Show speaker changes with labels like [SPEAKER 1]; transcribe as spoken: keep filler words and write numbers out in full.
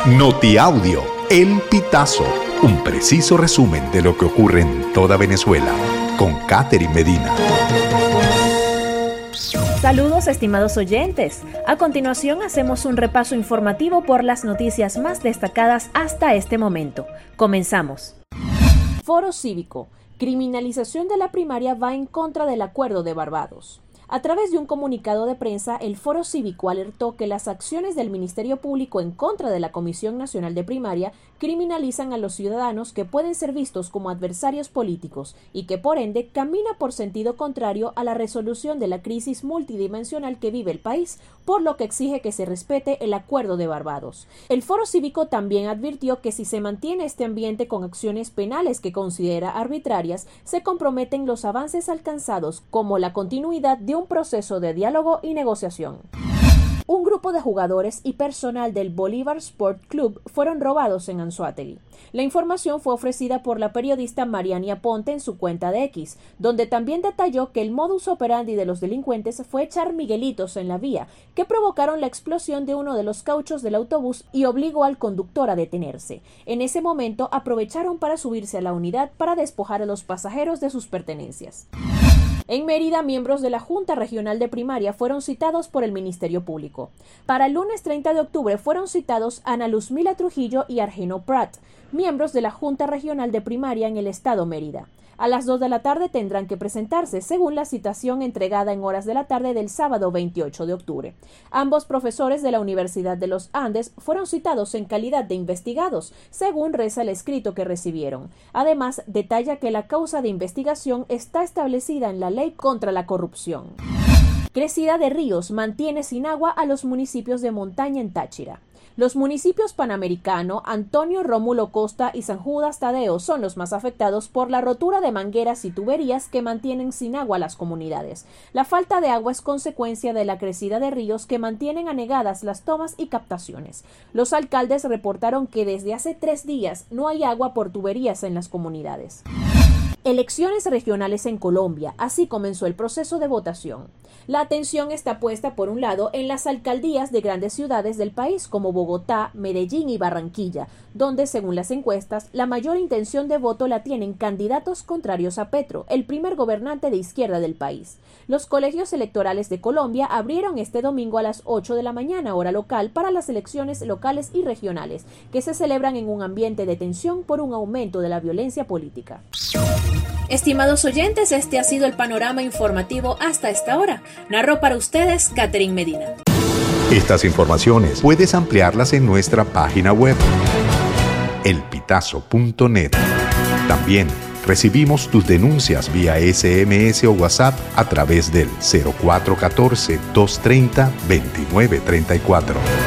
[SPEAKER 1] Notiaudio, El Pitazo, un preciso resumen de lo que ocurre en toda Venezuela, con Catherine Medina.
[SPEAKER 2] Saludos, estimados oyentes. A continuación hacemos un repaso informativo por las noticias más destacadas hasta este momento. Comenzamos. Foro Cívico. Criminalización de la primaria va en contra del Acuerdo de Barbados. A través de un comunicado de prensa, el Foro Cívico alertó que las acciones del Ministerio Público en contra de la Comisión Nacional de Primaria criminalizan a los ciudadanos que pueden ser vistos como adversarios políticos y que por ende camina por sentido contrario a la resolución de la crisis multidimensional que vive el país, por lo que exige que se respete el Acuerdo de Barbados. El Foro Cívico también advirtió que si se mantiene este ambiente con acciones penales que considera arbitrarias, se comprometen los avances alcanzados como la continuidad de un proceso de diálogo y negociación. Un grupo de jugadores y personal del Bolívar Sport Club fueron robados en Anzoátegui. La información fue ofrecida por la periodista Mariania Ponte en su cuenta de X, donde también detalló que el modus operandi de los delincuentes fue echar miguelitos en la vía, que provocaron la explosión de uno de los cauchos del autobús y obligó al conductor a detenerse. En ese momento aprovecharon para subirse a la unidad para despojar a los pasajeros de sus pertenencias. En Mérida, miembros de la Junta Regional de Primaria fueron citados por el Ministerio Público. Para el lunes treinta de octubre fueron citados Ana Luzmila Trujillo y Argeno Prat, miembros de la Junta Regional de Primaria en el estado Mérida. A las dos de la tarde tendrán que presentarse, según la citación entregada en horas de la tarde del sábado veintiocho de octubre. Ambos profesores de la Universidad de los Andes fueron citados en calidad de investigados, según reza el escrito que recibieron. Además, detalla que la causa de investigación está establecida en la Ley contra la Corrupción. Crecida de ríos mantiene sin agua a los municipios de montaña en Táchira. Los municipios Panamericano, Antonio Rómulo Costa y San Judas Tadeo son los más afectados por la rotura de mangueras y tuberías que mantienen sin agua a las comunidades. La falta de agua es consecuencia de la crecida de ríos que mantienen anegadas las tomas y captaciones. Los alcaldes reportaron que desde hace tres días no hay agua por tuberías en las comunidades. Elecciones regionales en Colombia. Así comenzó el proceso de votación. La atención está puesta, por un lado, en las alcaldías de grandes ciudades del país, como Bogotá, Medellín y Barranquilla, donde, según las encuestas, la mayor intención de voto la tienen candidatos contrarios a Petro, el primer gobernante de izquierda del país. Los colegios electorales de Colombia abrieron este domingo a las ocho de la mañana, hora local, para las elecciones locales y regionales, que se celebran en un ambiente de tensión por un aumento de la violencia política. Estimados oyentes, este ha sido el panorama informativo hasta esta hora. Narró para ustedes Catherine Medina.
[SPEAKER 1] Estas informaciones puedes ampliarlas en nuestra página web, el pitazo punto net. También recibimos tus denuncias vía ese eme ese o WhatsApp a través del cero cuatro uno cuatro, dos tres cero, dos nueve tres cuatro.